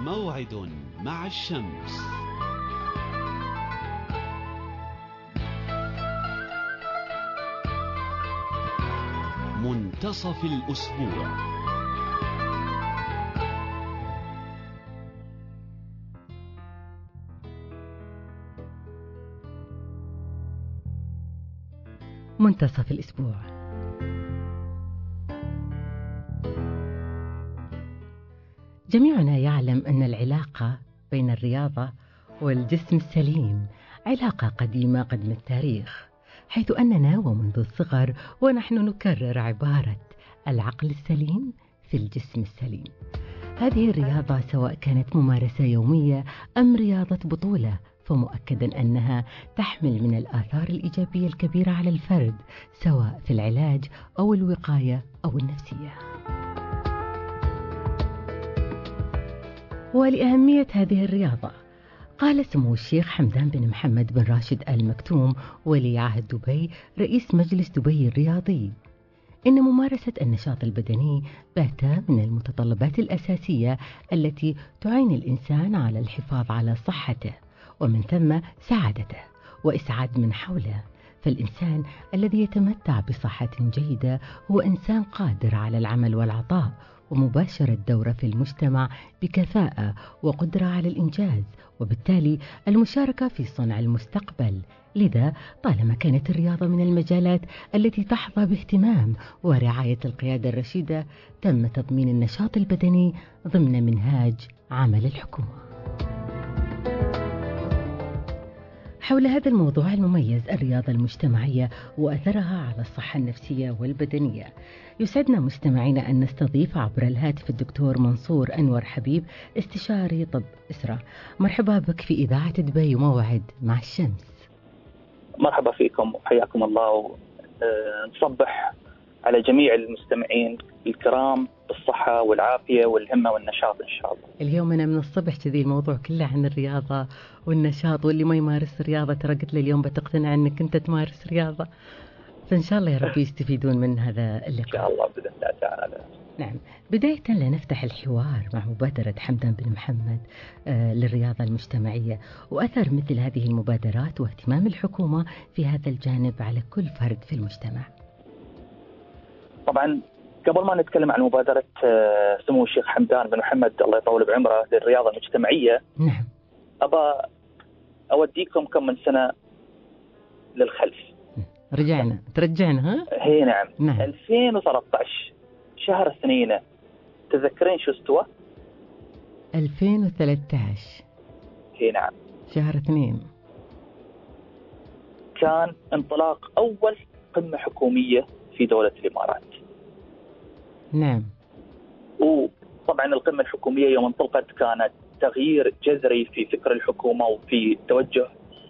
موعد مع الشمس. منتصف الأسبوع. منتصف الأسبوع. جميعنا يعلم أن العلاقة بين الرياضة والجسم السليم علاقة قديمة قدم التاريخ، حيث أننا ومنذ الصغر ونحن نكرر عبارة العقل السليم في الجسم السليم. هذه الرياضة سواء كانت ممارسة يومية أم رياضة بطولة، فمؤكدا أنها تحمل من الآثار الإيجابية الكبيرة على الفرد، سواء في العلاج أو الوقاية أو النفسية. ولأهمية هذه الرياضة قال سمو الشيخ حمدان بن محمد بن راشد آل مكتوم ولي عهد دبي رئيس مجلس دبي الرياضي إن ممارسة النشاط البدني بات من المتطلبات الأساسية التي تعين الإنسان على الحفاظ على صحته ومن ثم سعادته وإسعاد من حوله. فالإنسان الذي يتمتع بصحة جيدة هو إنسان قادر على العمل والعطاء ومباشرة دوره في المجتمع بكفاءة وقدرة على الإنجاز، وبالتالي المشاركة في صنع المستقبل. لذا طالما كانت الرياضة من المجالات التي تحظى باهتمام ورعاية القيادة الرشيدة، تم تضمين النشاط البدني ضمن منهاج عمل الحكومة. حول هذا الموضوع المميز، الرياضة المجتمعية وأثرها على الصحة النفسية والبدنية، يسعدنا مستمعينا أن نستضيف عبر الهاتف الدكتور منصور أنور حبيب، استشاري طب أسرة. مرحبا بك في إذاعة دبي موعد مع الشمس. مرحبا فيكم وحياكم الله، نصبح على جميع المستمعين الكرام بالصحة والعافية والهمة والنشاط إن شاء الله. اليوم أنا من الصبح كذي الموضوع كله عن الرياضة والنشاط، واللي ما يمارس رياضة ترى قلت له اليوم بتقتنع أنك أنت تمارس رياضة، فإن شاء الله يا رب يستفيدون من هذا اللقاء. إن شاء الله بإذن الله تعالى. نعم، بداية لنفتح الحوار مع مبادرة حمدان بن محمد للرياضة المجتمعية وأثر مثل هذه المبادرات واهتمام الحكومة في هذا الجانب على كل فرد في المجتمع. طبعا قبل ما نتكلم عن مبادرة سمو الشيخ حمدان بن محمد الله يطول بعمره للرياضة المجتمعية، نعم، أبا أوديكم كم من سنة للخلف. رجعنا ترجعنا ها؟ هي نعم. 2013 شهر اثنين، تذكرين شو استوى؟ 2013 هي نعم شهر 2 كان انطلاق أول قمة حكومية في دولة الإمارات. نعم. وطبعا القمة الحكومية يوم انطلقت كانت تغيير جذري في فكر الحكومة وفي توجه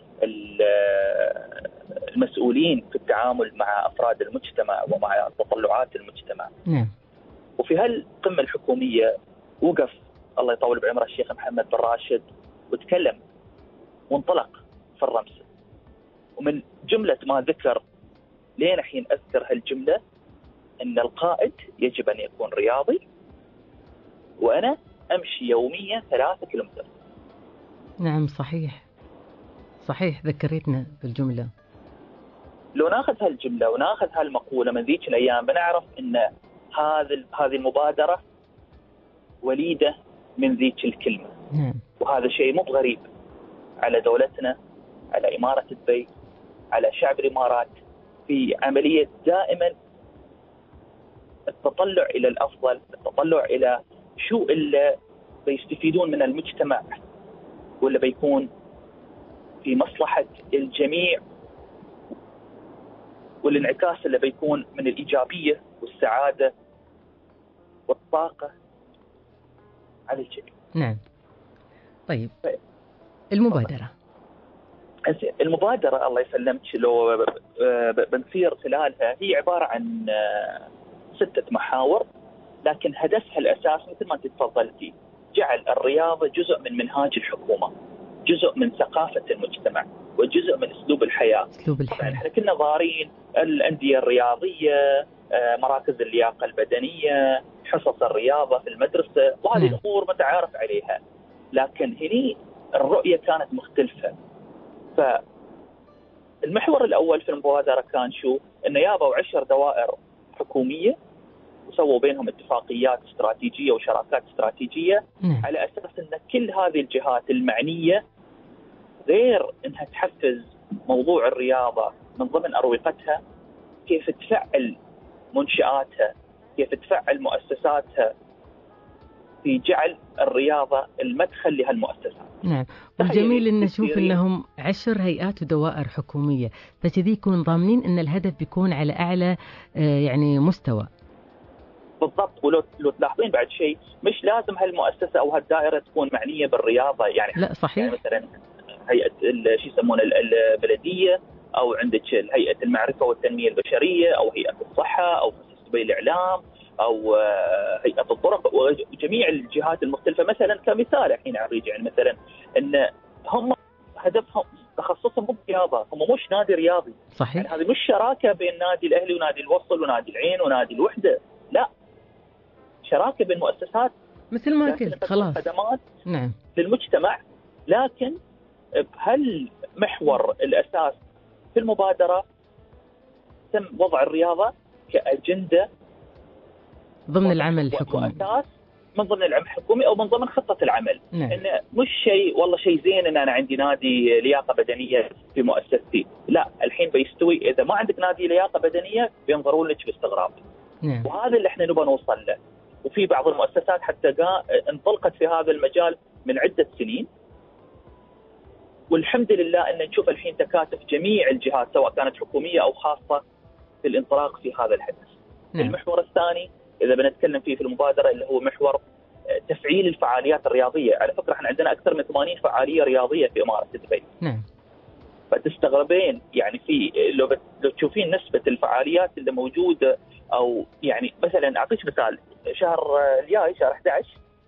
المسؤولين في التعامل مع أفراد المجتمع ومع تطلعات المجتمع. نعم. وفي هالقمة الحكومية وقف الله يطول بعمره الشيخ محمد بن راشد وتكلم وانطلق في الرمز، ومن جملة ما ذكر لين حين أذكر هالجملة أن القائد يجب أن يكون رياضي، وأنا أمشي يوميا 3 كيلومتر. نعم صحيح ذكرتنا بالجملة. لو ناخذ هالجملة وناخذ هالمقولة من ذيك الأيام بنعرف أن هذه المبادرة وليدة من ذيك الكلمة. نعم. وهذا شيء مو غريب على دولتنا، على إمارة دبي، على شعب الإمارات، في عملية دائما التطلع إلى الأفضل، التطلع إلى شو اللي بيستفيدون من المجتمع واللي بيكون في مصلحة الجميع، والانعكاس اللي بيكون من الإيجابية والسعادة والطاقة على الجميع. نعم. طيب المبادرة الله يسلمك لو بنسير خلالها، هي عبارة عن 6 محاور، لكن هدفها الأساس مثل ما تفضلتي جعل الرياضة جزء من منهاج الحكومة، جزء من ثقافة المجتمع وجزء من أسلوب الحياة. أسلوب الحياة. احنا كنا ضارين الأندية الرياضية مراكز اللياقة البدنية، حصص الرياضة في المدرسة، وهذه الأمور متعارف عليها. لكن هني الرؤية كانت مختلفة. فالمحور الأول في المبادرة كان شو؟ إنه يابوا 10 دوائر حكومية وسووا بينهم اتفاقيات استراتيجية وشراكات استراتيجية على أساس أن كل هذه الجهات المعنية غير أنها تحفز موضوع الرياضة من ضمن أروقتها، كيف تفعل منشآتها، كيف تفعل مؤسساتها في جعل الرياضة المدخل لهالمؤسسات. نعم، والجميل أن نشوف أنهم 10 هيئات ودوائر حكومية، فكذي يكون ضامنين أن الهدف بيكون على أعلى يعني مستوى. بالضبط. ولو تلاحظين بعد شيء، مش لازم هالمؤسسة أو هالدائرة تكون معنية بالرياضة، يعني لا صحيح. يعني مثلا هيئة شو يسمونه البلدية، أو عندك هيئة المعرفة والتنمية البشرية، أو هيئة الصحة، أو خصوص دبي الإعلام، أو هيئة الطرق، وجميع الجهات المختلفة. مثلا كمثال الحين أريد يعني مثلا أن هم هدفهم تخصصهم مو رياضة، هم مش نادي رياضي. صحيح. يعني هذه مش شراكة بين نادي الأهلي ونادي الوصل ونادي العين ونادي الوحدة، لا، شراكة بين مؤسسات مثل ما قلت خلاص خدمات نعم للمجتمع. لكن بهالمحور الأساس في المبادرة تم وضع الرياضة كأجندة ضمن العمل الحكومي، وأساس من ضمن العمل الحكومي أو من ضمن خطة العمل. نعم. إنه مش شيء والله شيء زين إن أنا عندي نادي لياقة بدنية في مؤسستي، لا، الحين بيستوي إذا ما عندك نادي لياقة بدنية بينظرون لك باستغراب. نعم. وهذا اللي احنا نبغى نوصل له. وفي بعض المؤسسات حتى انطلقت في هذا المجال من عدة سنين، والحمد لله أن نشوف الحين تكاتف جميع الجهات سواء كانت حكومية أو خاصة في الانطلاق في هذا الحدث. نعم. المحور الثاني إذا بنتكلم فيه في المبادرة اللي هو محور تفعيل الفعاليات الرياضية. على فكرة احنا عندنا أكثر من 80 فعالية رياضية في إمارة دبي. نعم. فتستغربين يعني في لو تشوفين نسبة الفعاليات اللي موجودة، أو يعني مثلا أعطيك مثال، شهر الجاي شهر 11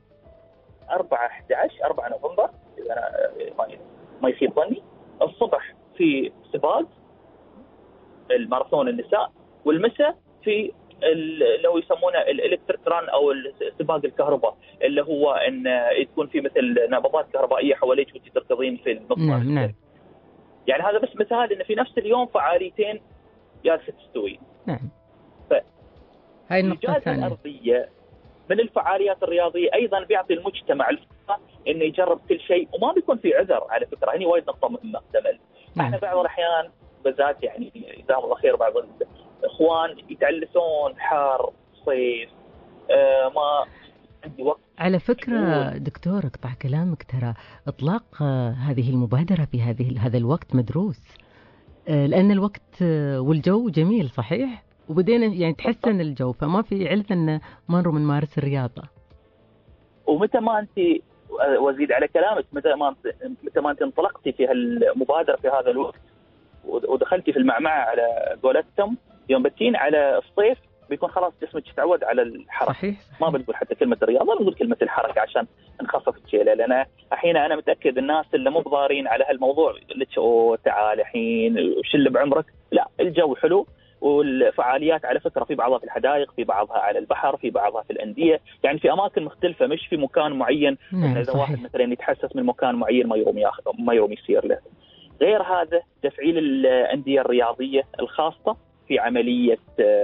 4 نوفمبر إذا أنا ما يخيب ظني، الصبح في سباق الماراثون النساء، والمساء في لو يسمونه الالكتريك ران او سباق الكهرباء، اللي هو ان تكون في مثل نبضات كهربائيه حواليك وانت تركضين في النص. نعم. يعني هذا بس مثال ان في نفس اليوم فعاليتين جالسه تستوي. نعم. هاي النقطه الثانيه الارضيه من الفعاليات الرياضيه ايضا بيعطي المجتمع الفرصه انه يجرب كل شيء، وما بيكون في عذر. على فكره هني وايد نقطه مهمه تمل. احنا بعض الاحيان بالذات يعني جزاهم الله خير بعض الاخوان يتعلسون حار صيف، ما عندي وقت. على فكرة دكتور اقطع كلامك، ترى اطلاق هذه المبادرة في هذا الوقت مدروس، لأن الوقت والجو جميل صحيح، وبدينا يعني تحسن الجو، فما في علة أن ما نروح نمارس الرياضة. ومتى ما أنت وزيد على كلامك، متى ما أنت انطلقتي في هالمبادرة في هذا الوقت ودخلتي في المعمعة على قولتهم، يوم بتين على الصيف بيكون خلاص جسمك تعود على الحركة. صحيح. ما بنقول حتى كلمة الرياضة، بنقول كلمة الحركة عشان نخفف الشيلة. لأن الحين أنا متأكد الناس اللي مو بضارين على هالموضوع اللي تعال الحين وش اللي بعمرك، لا، الجو حلو، والفعاليات على فكرة في بعضها في الحدائق، في بعضها على البحر، في بعضها في الأندية، يعني في أماكن مختلفة، مش في مكان معين. نعم. إذا واحد مثلا يتحسس من مكان معين ما يروم يسير له. غير هذا تفعيل الأندية الرياضية الخاصة في عملية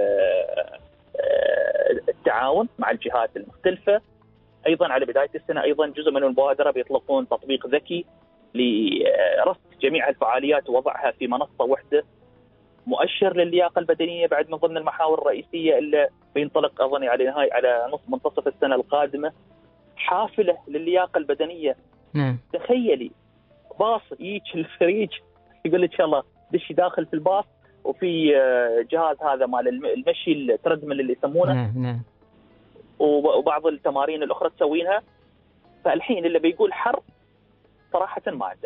التعاون مع الجهات المختلفة. أيضا على بداية السنة أيضا جزء من المبادرة بيطلقون تطبيق ذكي لرصد جميع الفعاليات ووضعها في منصة واحدة، مؤشر للياقة البدنية بعد من ضمن المحاور الرئيسية اللي بينطلق أظني على منتصف السنة القادمة. حافلة للياقة البدنية. نعم. تخيلي باص يجيك الفريج يقول لك يلا دشي داخل في الباص، وفي جهاز هذا مال المشي التردمل اللي يسمونه. نعم. وبعض التمارين الأخرى تسوينها. فالحين اللي بيقول حر صراحة ما عنده.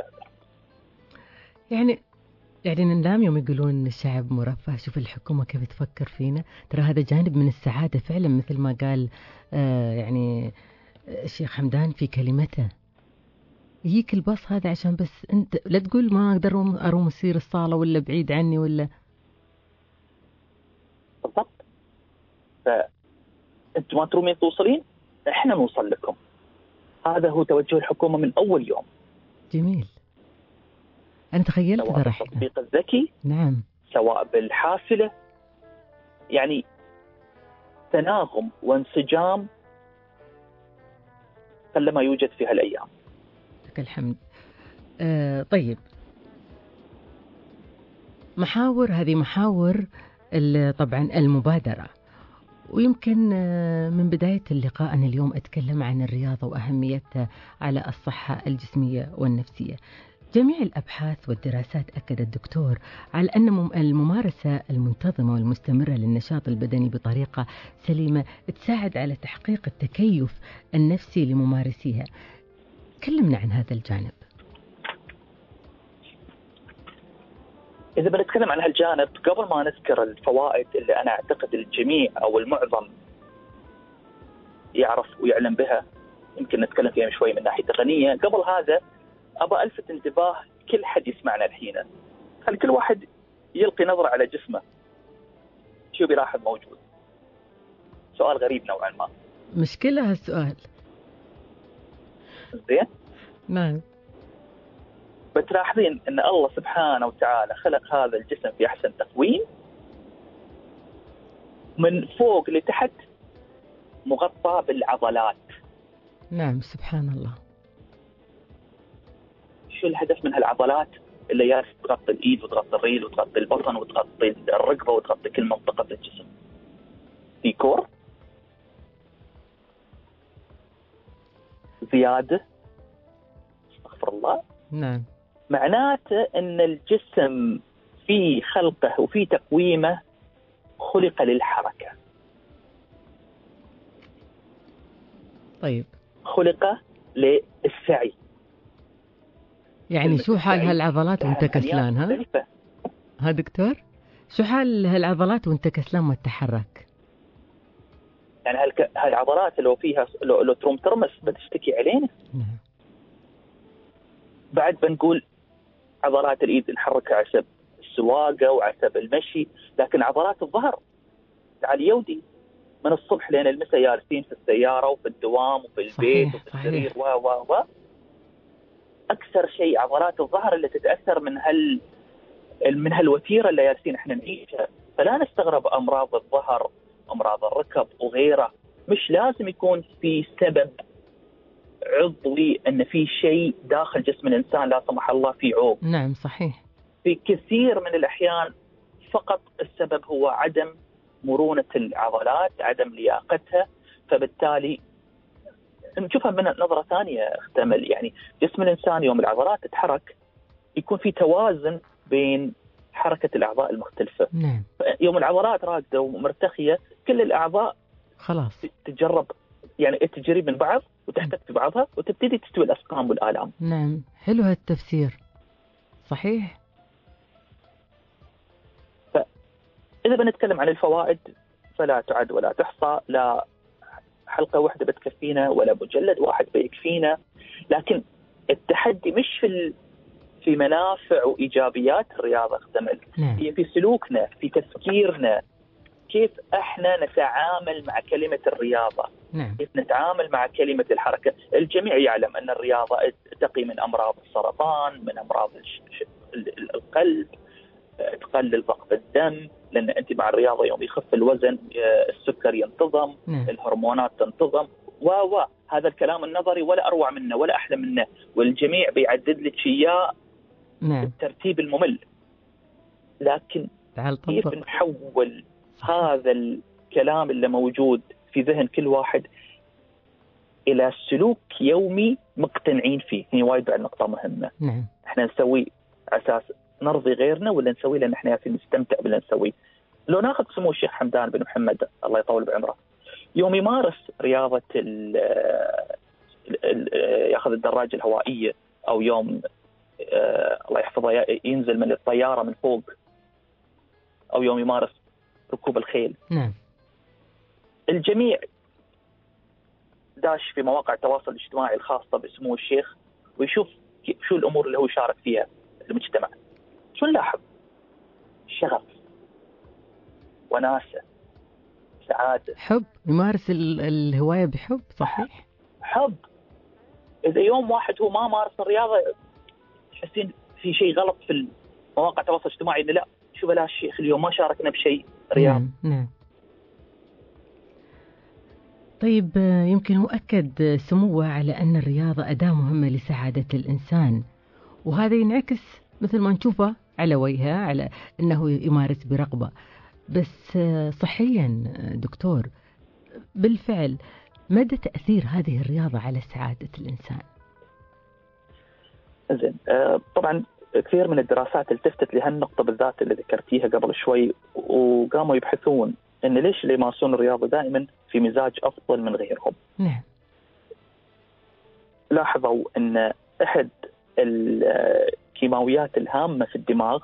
يعني ننام يوم يقولون الشعب مرفه. شوف الحكومة كيف تفكر فينا، ترى هذا جانب من السعادة فعلا مثل ما قال يعني الشيخ حمدان في كلمته. يجيك الباص هذا عشان بس انت لا تقول ما اقدر اروم اسير الصالة ولا بعيد عني ولا. بالضبط. فأنتم ما ترومين توصلين، إحنا نوصل لكم. هذا هو توجه الحكومة من أول يوم. جميل. أنا تخيلت سواء ذا رحنا. بالتطبيق الذكي، نعم، سواء بالحافلة، يعني تناغم وانسجام قلما يوجد في هالأيام. لك الحمد. طيب، هذه محاور طبعا المبادرة، ويمكن من بداية اللقاء أنا اليوم أتكلم عن الرياضة وأهميتها على الصحة الجسمية والنفسية. جميع الأبحاث والدراسات أكدت دكتور على أن الممارسة المنتظمة والمستمرة للنشاط البدني بطريقة سليمة تساعد على تحقيق التكيف النفسي لممارسيها. كلمنا عن هذا الجانب. إذا بنتكلم عن هالجانب، قبل ما نذكر الفوائد اللي أنا أعتقد الجميع أو المعظم يعرف ويعلم بها، يمكن نتكلم فيها شوي من ناحية تقنية. قبل هذا أبى ألفت انتباه كل حد يسمعنا الحين، خلي كل واحد يلقي نظرة على جسمه، شو بيلاحظ موجود. سؤال غريب نوعا ما. مشكلة هالسؤال. زين؟ نعم. بتلاحظين أن الله سبحانه وتعالى خلق هذا الجسم في أحسن تقويم، من فوق لتحت مغطى بالعضلات. نعم، سبحان الله. شو الهدف من هالعضلات اللي يا تغطي الإيد وتغطي الرجل وتغطي البطن وتغطي الركبة وتغطي كل منطقة في الجسم؟ ديكور زيادة، استغفر الله. نعم. معناته أن الجسم في خلقه وفي تقويمه خلق للحركة. طيب، خلق للسعي. يعني شو حال هالعضلات وانت كسلان؟ ها دكتور، شو حال هالعضلات وانت كسلان ما تتحرك؟ يعني هالعضلات لو فيها لو تروم ترمس بتشتكي علينا. نعم. بعد بنقول عضلات الإيد نحركها عسب السواقة وعسب المشي، لكن عضلات الظهر تعال يودي من الصبح لين المساء جالسين في السيارة وفي الدوام وفي البيت وفي السرير و أكثر شيء عضلات الظهر اللي تتأثر من هالوتيرة اللي جالسين احنا نعيشها. فلا نستغرب أمراض الظهر، أمراض الركب وغيرها. مش لازم يكون في سبب عضوي أن في شيء داخل جسم الإنسان لا سمح الله في عوق. نعم صحيح. في كثير من الأحيان فقط السبب هو عدم مرونة العضلات، عدم لياقتها. فبالتالي نشوفها من نظرة ثانية اختمل، يعني جسم الإنسان يوم العضلات تتحرك يكون في توازن بين حركة الأعضاء المختلفة. نعم. يوم العضلات راكدة ومرتخية كل الأعضاء خلاص تجرب يعني تجري من بعض وتحتك في بعضها وتبتدي تستوي الأسقام والآلام. نعم، حلو هالتفسير، صحيح. فإذا بنتكلم عن الفوائد فلا تعد ولا تحصى، لا حلقة واحدة بتكفينا ولا مجلد واحد بيكفينا. لكن التحدي مش في منافع وإيجابيات الرياضة اختمل، نعم. هي في سلوكنا، في تفكيرنا، كيف احنا نتعامل مع كلمة الرياضة. نعم. كيف نتعامل مع كلمة الحركة. الجميع يعلم أن الرياضة تقي من أمراض السرطان، من أمراض القلب، تقلل ضغط الدم، لأن أنت مع الرياضة يوم يخف الوزن السكر ينتظم. نعم. الهرمونات تنتظم هذا الكلام النظري ولا أروع منه ولا أحلى منه، والجميع بيعدد لك إياه نعم. بالترتيب الممل. لكن كيف نحول هذا الكلام اللي موجود في ذهن كل واحد إلى سلوك يومي مقتنعين فيه. هي وايد بعد نقطة مهمة. نعم. احنا نسوي أساس نرضي غيرنا ولا نسوي لأن احنا ياسين نستمتع باللي نسويه. لو ناخذ سمو الشيخ حمدان بن محمد الله يطول بعمره، يوم يمارس رياضة ياخذ الدراجة الهوائية، أو يوم الله يحفظه ينزل من الطيارة من فوق، أو يوم يمارس ركوب الخيل. نعم. الجميع داش في مواقع التواصل الاجتماعي الخاصة بسمو الشيخ ويشوف شو الأمور اللي هو شارك فيها المجتمع. شو نلاحظ؟ شغف، وناسة، سعادة، حب، يمارس الهواية بحب. صحيح. حب. إذا يوم واحد هو ما مارس الرياضة تحسين في شيء غلط في مواقع التواصل الاجتماعي، إنه لا شوف لا الشيخ اليوم ما شاركنا بشيء رياضي. نعم نعم. طيب يمكن مؤكد سموه على أن الرياضة أداة مهمة لسعادة الإنسان، وهذا ينعكس مثل ما نشوفه على وجهه، على أنه يمارس برغبة. بس صحيا دكتور، بالفعل مدى تأثير هذه الرياضة على سعادة الإنسان؟ زين، طبعا كثير من الدراسات التفتت لهالنقطة بالذات اللي ذكرتيها قبل شوي، وقاموا يبحثون إن ليش اللي يمارسون الرياضة دائما في مزاج أفضل من غيرهم. نعم. لاحظوا أن أحد الكيماويات الهامة في الدماغ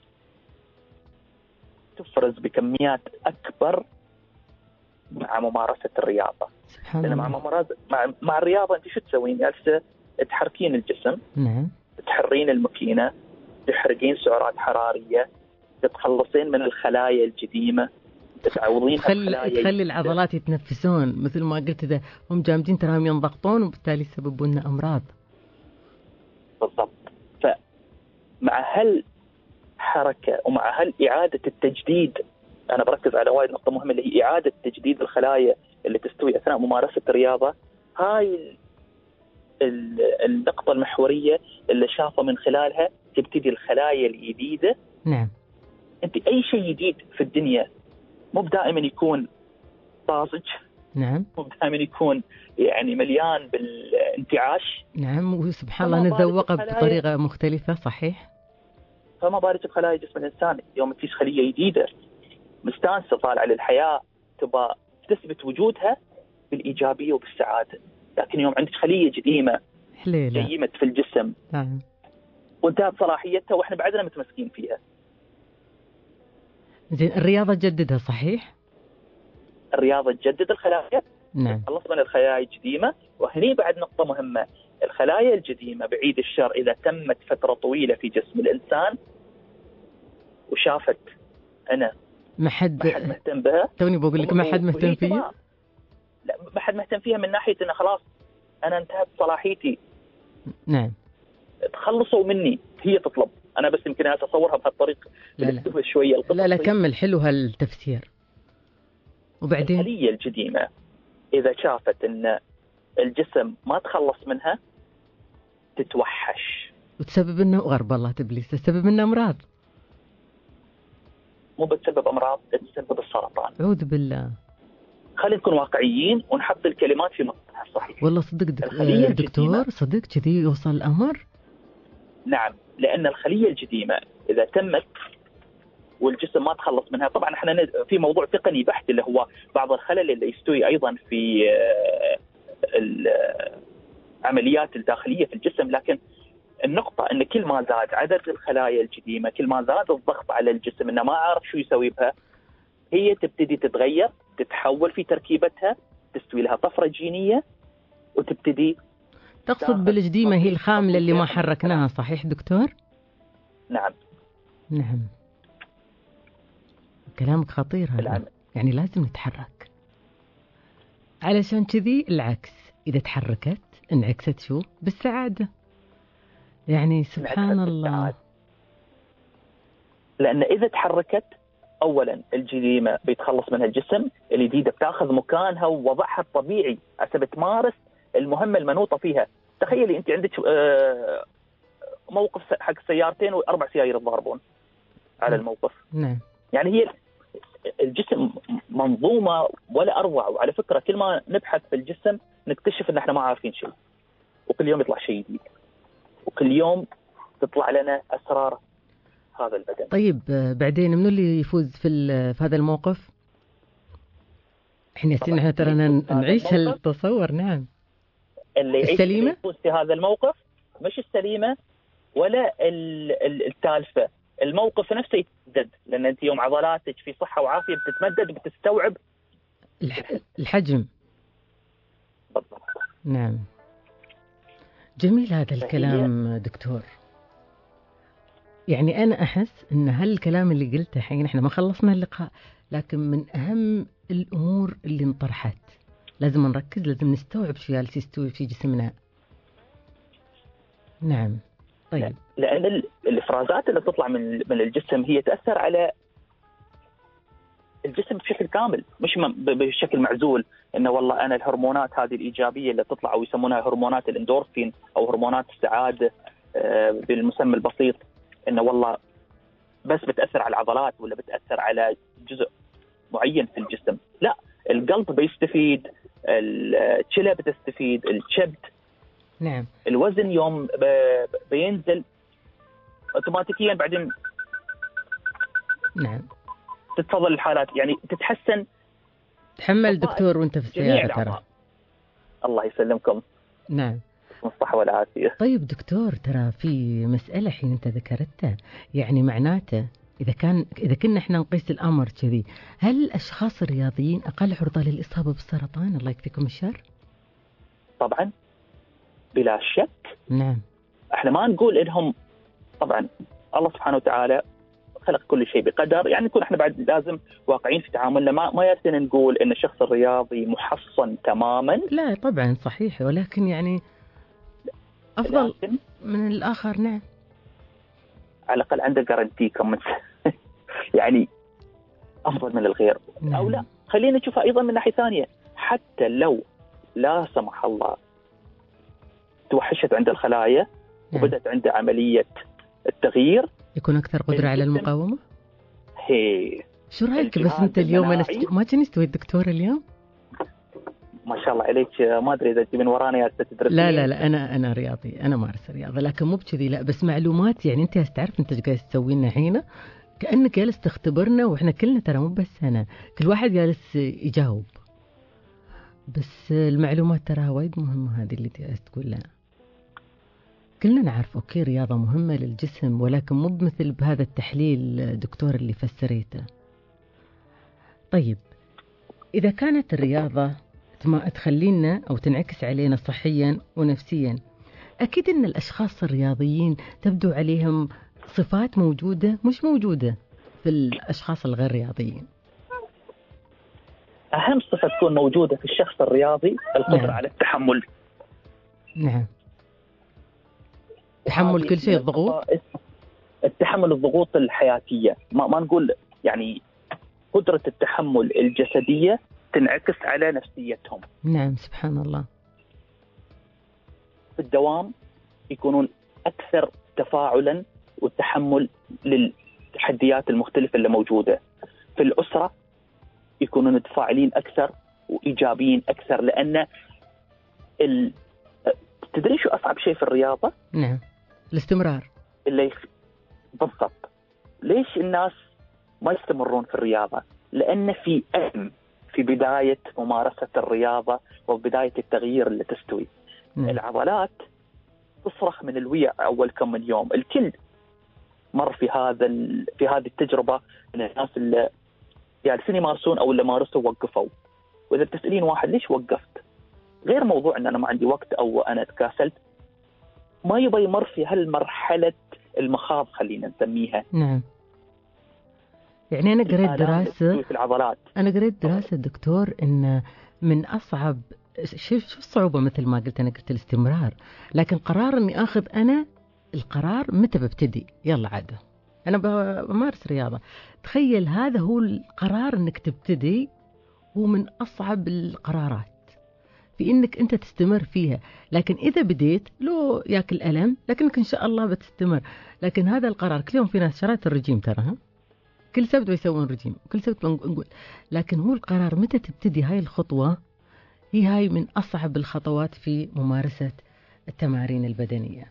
تفرز بكميات أكبر مع ممارسة الرياضة. سبحان لأن الله. مع الرياضة أنت شو تسوين؟ جالسة تحركين الجسم، نعم. تحرين الماكينة، تحرقين سعرات حرارية، تتخلصين من الخلايا القديمة، تعوضين تخلي العضلات يتنفسون مثل ما قلت، إذا هم جامدين تراهم ينضغطون وبالتالي يسببون لنا أمراض. بالضبط. فمع هالحركة ومع هالإعادة التجديد، أنا بركز على وايد نقطة مهمة اللي هي إعادة تجديد الخلايا اللي تستوي أثناء ممارسة الرياضة. هاي النقطة المحورية اللي شافه من خلالها تبتدي الخلايا الجديدة. نعم. أنت أي شيء جديد في الدنيا مو دائما يكون طازج. نعم. مو دائما يكون يعني مليان بالانتعاش. نعم. وسبحان الله نتذوقه بطريقة مختلفة. صحيح. فما بالك بخلايا جسم الإنسان، يوم تجيش خلية جديدة مستانسة طالعة للحياة تبى تثبت وجودها بالإيجابية وبالسعادة، لكن يوم عندك خلية قديمة جيمت في الجسم وانتهت صلاحيتها واحنا بعدنا متمسكين فيها. زين، الرياضة تجددها. صحيح. الرياضة تجدد الخلايا. نعم. خلص من الخلايا القديمة. وهني بعد نقطة مهمة، الخلايا القديمة بعيد الشر إذا تمت فترة طويلة في جسم الإنسان وشافت أنا ما حد مهتم بها، توني بقول لك ما حد مهتم فيها. لا، ما حد مهتم فيها من ناحية أنه خلاص أنا انتهت صلاحيتي. نعم. تخلصوا مني. هي تطلب، أنا بس يمكن أتصورها بهالطريقة. لا شوية لا كمل، حلو هالتفسير. وبعدين الخلية القديمة إذا شافت أن الجسم ما تخلص منها تتوحش وتسبب لنا غرب الله تبليس، تسبب لنا أمراض. مو بتسبب أمراض، تسبب السرطان. أعوذ بالله. خلينا نكون واقعيين ونحط الكلمات في مقامها الصحيح. والله صدق دكتور، صدق كذي يوصل الأمر. نعم، لأن الخلية القديمة إذا تمت والجسم ما تخلص منها، طبعا احنا في موضوع تقني بحت اللي هو بعض الخلل اللي يستوي أيضا في العمليات الداخلية في الجسم، لكن النقطة أن كل ما زاد عدد الخلايا القديمة كل ما زاد الضغط على الجسم إنه ما عارف شو يسوي بها، هي تبتدي تتغير، تتحول في تركيبتها، تستوي لها طفرة جينية وتبتدي. تقصد بالقديمة هي الخاملة اللي ما حركناها. صحيح دكتور؟ نعم. نعم. كلامك خطير هذا. يعني لازم نتحرك. علشان كذي العكس، إذا تحركت انعكست شو؟ بالسعادة. يعني سبحان الله. لأن إذا تحركت أولا الجريمة بيتخلص منها الجسم، الجديدة بتاخذ مكانها ووضعها الطبيعي عشان تمارس المهمة المنوطة فيها. تخيلي أنت عندك موقف حق سيارتين و4 سيايير يتضاربون على الموقف. نعم. يعني هي الجسم منظومة ولا أروع. وعلى فكرة كل ما نبحث في الجسم نكتشف إن إحنا ما عارفين شيء، وكل يوم يطلع شيء جديد، وكل يوم تطلع لنا أسرار هذا البدن. طيب بعدين منو اللي يفوز في هذا الموقف؟ احنا ترى نعيش هالتصور. نعم. اللي السليمة يفوز في هذا الموقف، مش السليمة ولا التالفة. الموقف نفسه يتمدد، لأن أنت يوم عضلاتك في صحة وعافية بتتمدد وبتستوعب الحجم. بالضبط. نعم. جميل هذا الكلام دكتور. يعني أنا أحس أن هالكلام اللي قلته حين إحنا ما خلصنا اللقاء، لكن من أهم الأمور اللي انطرحت لازم نركز، لازم نستوعب شو جالس يستوي في جسمنا. نعم. طيب. لأن الإفرازات اللي تطلع من الجسم هي تأثر على الجسم بشكل كامل، مش بشكل معزول. إنه والله أنا الهرمونات هذه الإيجابية اللي تطلع أو يسمونها هرمونات الإندورفين أو هرمونات السعادة بالمسمى البسيط، إنه والله بس بتأثر على العضلات ولا بتأثر على جزء معين في الجسم. لا، القلب بيستفيد، الكلى بتستفيد، الكبد. نعم. الوزن يوم بينزل اوتوماتيكيا بعدين. نعم. تتفضل الحالات يعني تتحسن. تحمل دكتور وانت في السيارة ترى. الله يسلمكم. نعم. الصحة والعافية. طيب دكتور، ترى في مسألة حين انت ذكرتها، يعني معناته إذا كنا احنا نقيس الأمر كذي، هل الأشخاص الرياضيين أقل عرضة للإصابة بالسرطان؟ الله يكفيكم الشر. طبعا بلا شك. نعم. احنا ما نقول انهم، طبعا الله سبحانه وتعالى خلق كل شيء بقدر، يعني نكون احنا بعد لازم واقعين في تعاملنا. ما يرسل نقول ان الشخص الرياضي محصن تماما. لا طبعا صحيح، ولكن يعني افضل من الاخر. نعم. على الاقل عنده جارنتي كم يعني افضل من الغير. نعم. او لا، خلينا نشوفها ايضا من ناحيه ثانيه. حتى لو لا سمح الله توحشت عند الخلايا، نعم، وبدأت عنده عملية التغيير، يكون أكثر قدرة على المقاومة. هي شو رأيك؟ بس أنت اليوم ما كنت تستوي الدكتور اليوم؟ ما شاء الله عليك. ما أدري إذا من ورانا يا تدرسين. لا أنا رياضي، أنا مارس رياضة، لكن مو بكذي. لا بس معلومات، يعني أنت تعرف أنت جالس تسوي لنا هنا كأنك جالس تختبرنا، وإحنا كلنا ترى مو بس أنا، كل واحد جالس يجاوب. بس المعلومات ترى وايد مهمة، هذه اللي جالس تقول لنا. كلنا نعرف أوكي رياضة مهمة للجسم، ولكن مو بمثل بهذا التحليل دكتور اللي فسريته. طيب، إذا كانت الرياضة تخلينا أو تنعكس علينا صحيا ونفسيا، أكيد أن الأشخاص الرياضيين تبدو عليهم صفات موجودة مش موجودة في الأشخاص الغير رياضيين. أهم صفة تكون موجودة في الشخص الرياضي القدرة، نعم، على التحمل. نعم، تحمل كل شيء، الضغوط، التحمل الضغوط الحياتية. ما نقول يعني قدرة التحمل الجسدية تنعكس على نفسيتهم. نعم، سبحان الله. في الدوام يكونون أكثر تفاعلا والتحمل للتحديات المختلفة اللي موجودة. في الأسرة يكونون متفاعلين أكثر وإيجابيين أكثر، لأن تدري شو أصعب شيء في الرياضة؟ نعم، الاستمرار. بالضبط. ليش الناس ما يستمرون في الرياضة؟ لأن في بداية ممارسة الرياضة وبداية التغيير اللي تستوي، العضلات تصرخ من الويع أول كم من يوم. الكل مر في هذه التجربة من الناس اللي جالسين يمارسون أو اللي مارسوا وقفوا. وإذا بتسألين واحد ليش وقفت، غير موضوع أن أنا ما عندي وقت أو أنا تكاسلت، ما يبغى يمر في هالمرحلة المخاض خلينا نسميها. نعم. يعني أنا قريت دراسة في العضلات. أنا قريت دراسة دكتور إن من أصعب شو الصعوبة، مثل ما قلت أنا قلت الاستمرار، لكن قرار إني أخذ أنا القرار متى ببتدي. يلا عادة أنا بمارس رياضة، تخيل هذا هو القرار إنك تبتدي، هو من أصعب القرارات في إنك أنت تستمر فيها. لكن إذا بديت لو ياكل ألم، لكنك إن شاء الله بتستمر. لكن هذا القرار، كل يوم في ناس شرات الرجيم ترى، كل سبت بيسوون رجيم، كل سبت بنقول، لكن هو القرار متى تبتدي. هاي الخطوة هاي من أصعب الخطوات في ممارسة التمارين البدنية.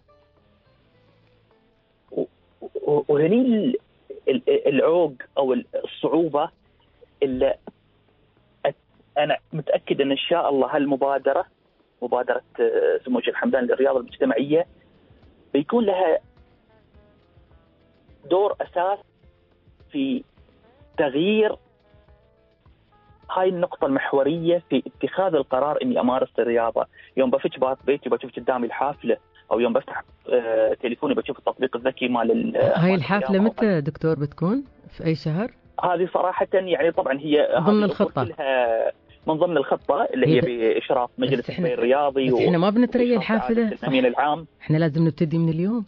وهني العوق أو الصعوبة اللي أنا متأكد أن إن شاء الله هالمبادرة، مبادرة سمو الشيخ حمدان للرياضة المجتمعية، بيكون لها دور أساس في تغيير هاي النقطة المحورية في اتخاذ القرار إني أمارس الرياضة. يوم بفتش باب بيتي بشوف قدامي الحافلة، أو يوم بفتح تليفوني بشوف التطبيق الذكي مال هاي الحافلة متى دكتور بتكون؟ في أي شهر؟ هذه صراحة يعني طبعا هي ضمن الخطة، من ضمن الخطة اللي هي بإشراف مجلس التنمية الرياضي. بس احنا ما بنتريى الحافلة صح؟ الأمين العام احنا لازم نبتدي من اليوم.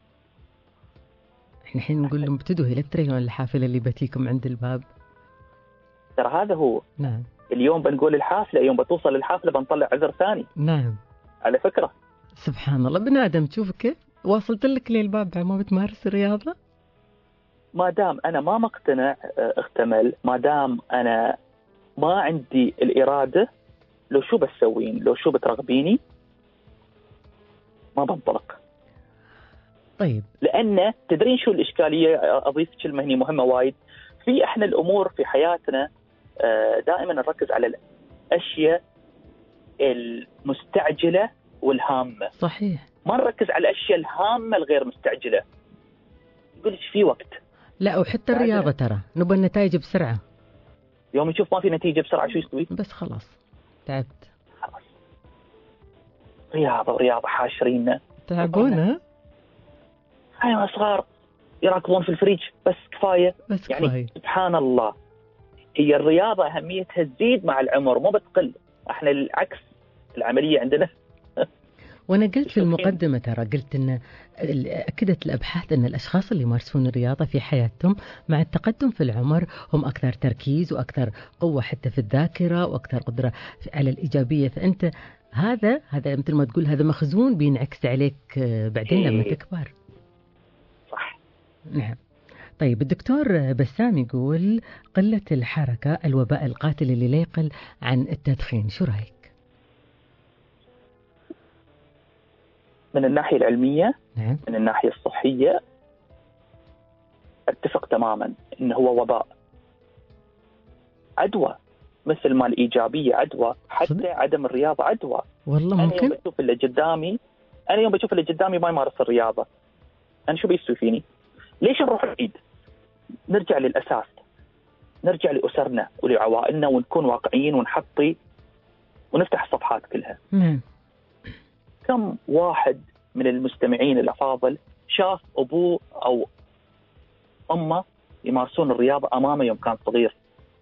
احنا الحين نقول لهم ابتدوا، هي لا تريون الحافلة اللي بتيكم عند الباب. ترى هذا هو. نعم. اليوم بنقول الحافلة، يوم بتوصل الحافلة بنطلع عذر ثاني. نعم. على فكرة سبحان الله، بني آدم تشوف كيف واصلت لك للباب ما بتمارس الرياضة. ما دام أنا ما مقتنع اختمل، ما دام أنا ما عندي الإرادة، لو شو بتسوين، لو شو بترغبيني، ما بنطلق. طيب. لأن تدرين شو الإشكالية؟ أضيف كلمة هنا مهمة وايد. في إحنا الأمور في حياتنا دائما نركز على الأشياء المستعجلة والهامة. صحيح. ما نركز على الأشياء الهامة الغير مستعجلة. يقول شو في وقت. لا وحتى الرياضة ترى نبغى النتائج بسرعة. يوم نشوف ما في نتيجة بسرعة شو يسوي؟ بس خلاص تعبت. خلاص. رياضة حاشريننا. تعبونا. أيوة صغار يراكضون في الفريج بس كفاية. بس يعني كفاية. سبحان الله، هي الرياضة أهميتها تزيد مع العمر ما بتقل. احنا العكس، العملية عندنا. وأنا قلت في المقدمة ترى قلت إن أكدت الأبحاث أن الأشخاص اللي يمارسون الرياضة في حياتهم مع التقدم في العمر هم أكثر تركيز وأكثر قوة حتى في الذاكرة وأكثر قدرة على الإيجابية. فأنت هذا مثل ما تقول هذا مخزون بينعكس عليك بعدين لما تكبر. صح. نعم. طيب الدكتور بسام يقول قلة الحركة الوباء القاتل اللي لا يقل عن التدخين، شو رأيك؟ من الناحية العلمية، نعم. من الناحية الصحية اتفق تماما انه هو وباء، عدوى، مثل ما الإيجابية عدوى حتى صدق؟ عدم الرياضة عدوى. والله ممكن. أنا يوم بشوف اللي قدامي ما يمارس الرياضة، أنا شو بيسوي فيني؟ ليش نروح بعيد؟ نرجع للأساس، نرجع لأسرنا ولعوائلنا ونكون واقعيين ونحطي ونفتح الصفحات كلها. كم واحد من المستمعين الأفاضل شاف أبوه أو أمه يمارسون الرياضة أمامه يوم كان صغير؟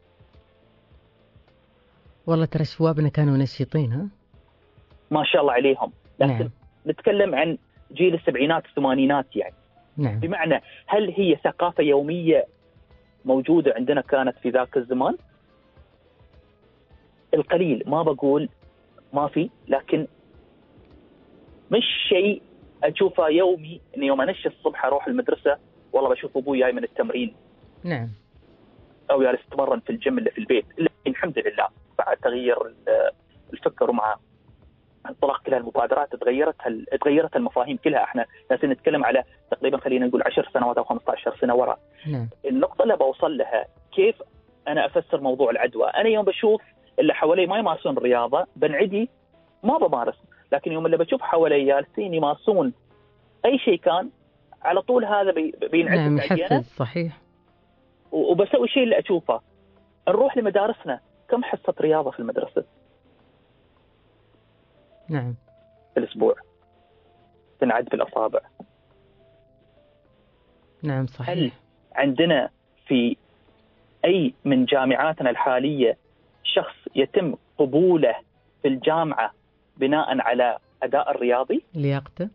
والله ترى شوابنا كانوا نشيطين. ها ما شاء الله عليهم. لكن نعم. نتكلم عن جيل السبعينات الثمانينات يعني. نعم. بمعنى هل هي ثقافة يومية موجودة عندنا كانت في ذاك الزمان؟ القليل، ما بقول ما في، لكن مش شيء أشوفه يومي. إن يوم أنشي الصبح أروح المدرسة والله بشوف أبوي جاي من التمرين. نعم. أو جالس يتمرن في الجيم اللي في البيت. الحمد لله بعد تغيير الفكر ومع انطلاق كل المبادرات تغيرت المفاهيم كلها. احنا ناسين نتكلم على تقريبا خلينا نقول 10 سنوات او 15 سنه وراء. نعم. النقطه اللي بوصل لها كيف انا افسر موضوع العدوى. انا يوم بشوف اللي حوالي ما يمارسون الرياضه بنعدي ما بمارس، لكن يوم اللي بشوف حوالي جالسين يمارسون اي شيء كان على طول هذا بينعكس. نعم يحفز. صحيح. وبسوي الشيء اللي اشوفه. نروح لمدارسنا، كم حصه رياضه في المدرسه؟ نعم. في الأسبوع تنعد بالأصابع. نعم صحيح. هل عندنا في أي من جامعاتنا الحالية شخص يتم قبوله في الجامعة بناء على أداء الرياضي؟ لياقته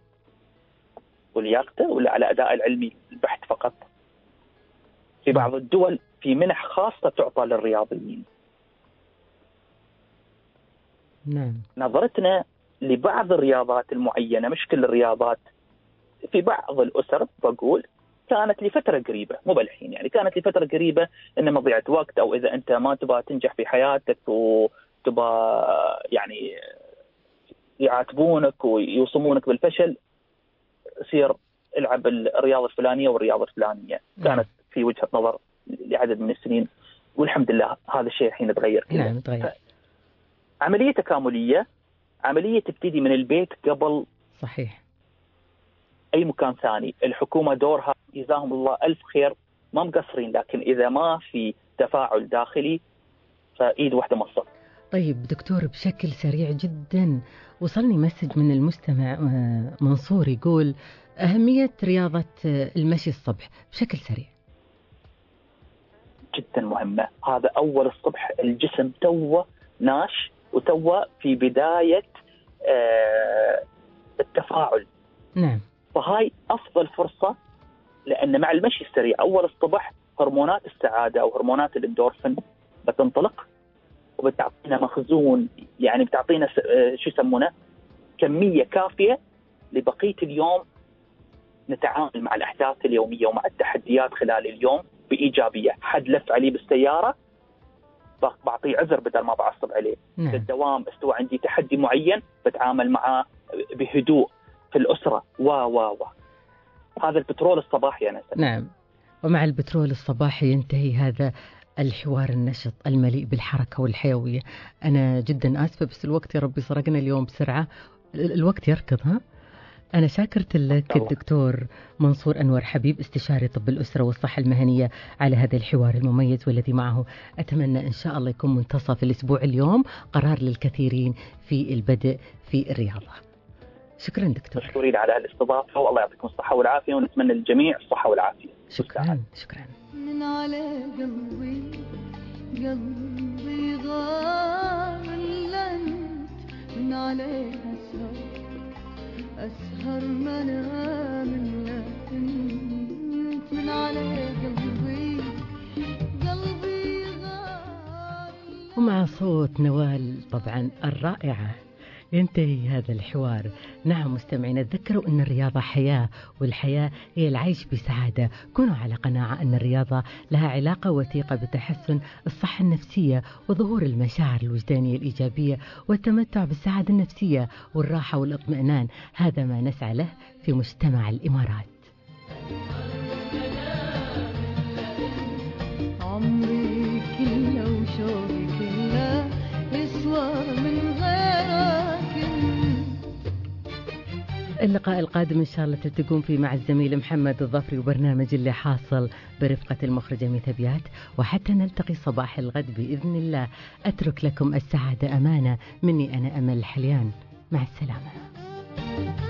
ولا على أداء العلمي البحث فقط؟ في بعض الدول في منح خاصة تعطى للرياضيين. نعم. نظرتنا لبعض الرياضات المعينة، مش كل الرياضات، في بعض الأسر بقول كانت لفترة قريبة، مو بالحين يعني، كانت لفترة قريبة إن مضيعة وقت، أو إذا أنت ما تبغى تنجح في حياتك وتبغى يعني يعاتبونك ويوصمونك بالفشل، سير العب الرياضة الفلانية والرياضة الفلانية. كانت في وجهة نظر لعدد من السنين، والحمد لله هذا الشيء الحين تغير. نعم تغير. عملية تكاملية، عملية تبتدي من البيت قبل صحيح أي مكان ثاني. الحكومة دورها جزاهم الله ألف خير، ما مقصرين، لكن إذا ما في تفاعل داخلي فإيد واحدة مصر. طيب دكتور، بشكل سريع جدا وصلني مسج من المستمع منصور يقول أهمية رياضة المشي الصبح بشكل سريع. جدا مهمة. هذا أول الصبح، الجسم توه ناش وتوه في بداية التفاعل. نعم. فهاي أفضل فرصة، لأن مع المشي السريع أول الصبح هرمونات السعادة أو هرمونات الاندورفين بتنطلق وبتعطينا مخزون، يعني بتعطينا شو يسمونه كمية كافية لبقية اليوم نتعامل مع الأحداث اليومية ومع التحديات خلال اليوم بإيجابية. حد لف عليه بالسيارة بعطيه عذر بدل ما بعصب عليه. نعم. في الدوام استوى عندي تحدي معين بتعامل معاه بهدوء. في الأسرة هذا البترول الصباحي أنا سنة. نعم. ومع البترول الصباحي ينتهي هذا الحوار النشط المليء بالحركة والحيوية. أنا جدا آسفة بس الوقت يا ربي سرقنا اليوم بسرعة، الوقت يركض. أنا شاكرت لك الدكتور منصور أنور حبيب، استشاري طب الأسرة والصحة المهنية، على هذا الحوار المميز والذي معه أتمنى إن شاء الله يكون منتصف الأسبوع اليوم قرار للكثيرين في البدء في الرياضة. شكرا دكتور. مشكورين على الاستضافة والله يعطيكم الصحة والعافية، ونتمنى للجميع الصحة والعافية. شكرا. من على قلبي غار لنت، من عليه أسهر منام لنت، من على قلبي غار. ومع صوت نوال طبعا الرائعة ينتهي هذا الحوار. نعم مستمعين، تذكروا أن الرياضة حياة، والحياة هي العيش بسعادة. كونوا على قناعة أن الرياضة لها علاقة وثيقة بتحسن الصحة النفسية وظهور المشاعر الوجدانية الإيجابية والتمتع بالسعادة النفسية والراحة والاطمئنان. هذا ما نسعى له في مجتمع الإمارات. عمري كله وشوقي كله يسوى من غيرك. اللقاء القادم إن شاء الله تلتقون فيه مع الزميل محمد الظفري وبرنامج اللي حاصل برفقة المخرجة ميثابيات. وحتى نلتقي صباح الغد بإذن الله، أترك لكم السعادة أمانة مني أنا أمل الحليان. مع السلامة.